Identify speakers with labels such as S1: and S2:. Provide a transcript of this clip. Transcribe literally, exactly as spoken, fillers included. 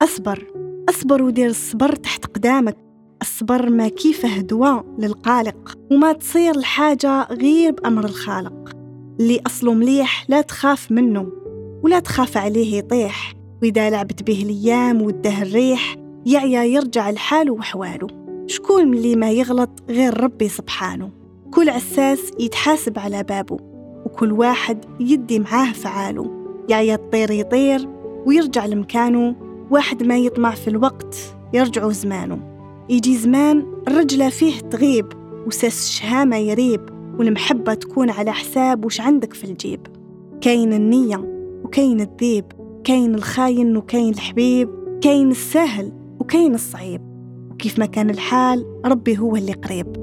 S1: أصبر أصبر ودير الصبر تحت قدامك. الصبر ما كيفه دواء للقالق، وما تصير الحاجة غير بأمر الخالق. اللي أصله مليح لا تخاف منه، ولا تخاف عليه يطيح، وإذا لعبت به الأيام وده الريح يعيا يرجع لحاله وحواله. شكون من اللي ما يغلط غير ربي سبحانه؟ كل عساس يتحاسب على بابه، وكل واحد يدي معاه فعاله. يعيا الطير يطير ويرجع لمكانه، واحد ما يطمع في الوقت يرجع زمانه. يجي زمان الرجلة فيه تغيب، وساس الشهامة يريب، والمحبة تكون على حساب وش عندك في الجيب. كاين النية وكاين الذيب، كاين الخاين وكاين الحبيب، كاين السهل وكاين الصعيب، وكيف ما كان الحال ربي هو اللي قريب.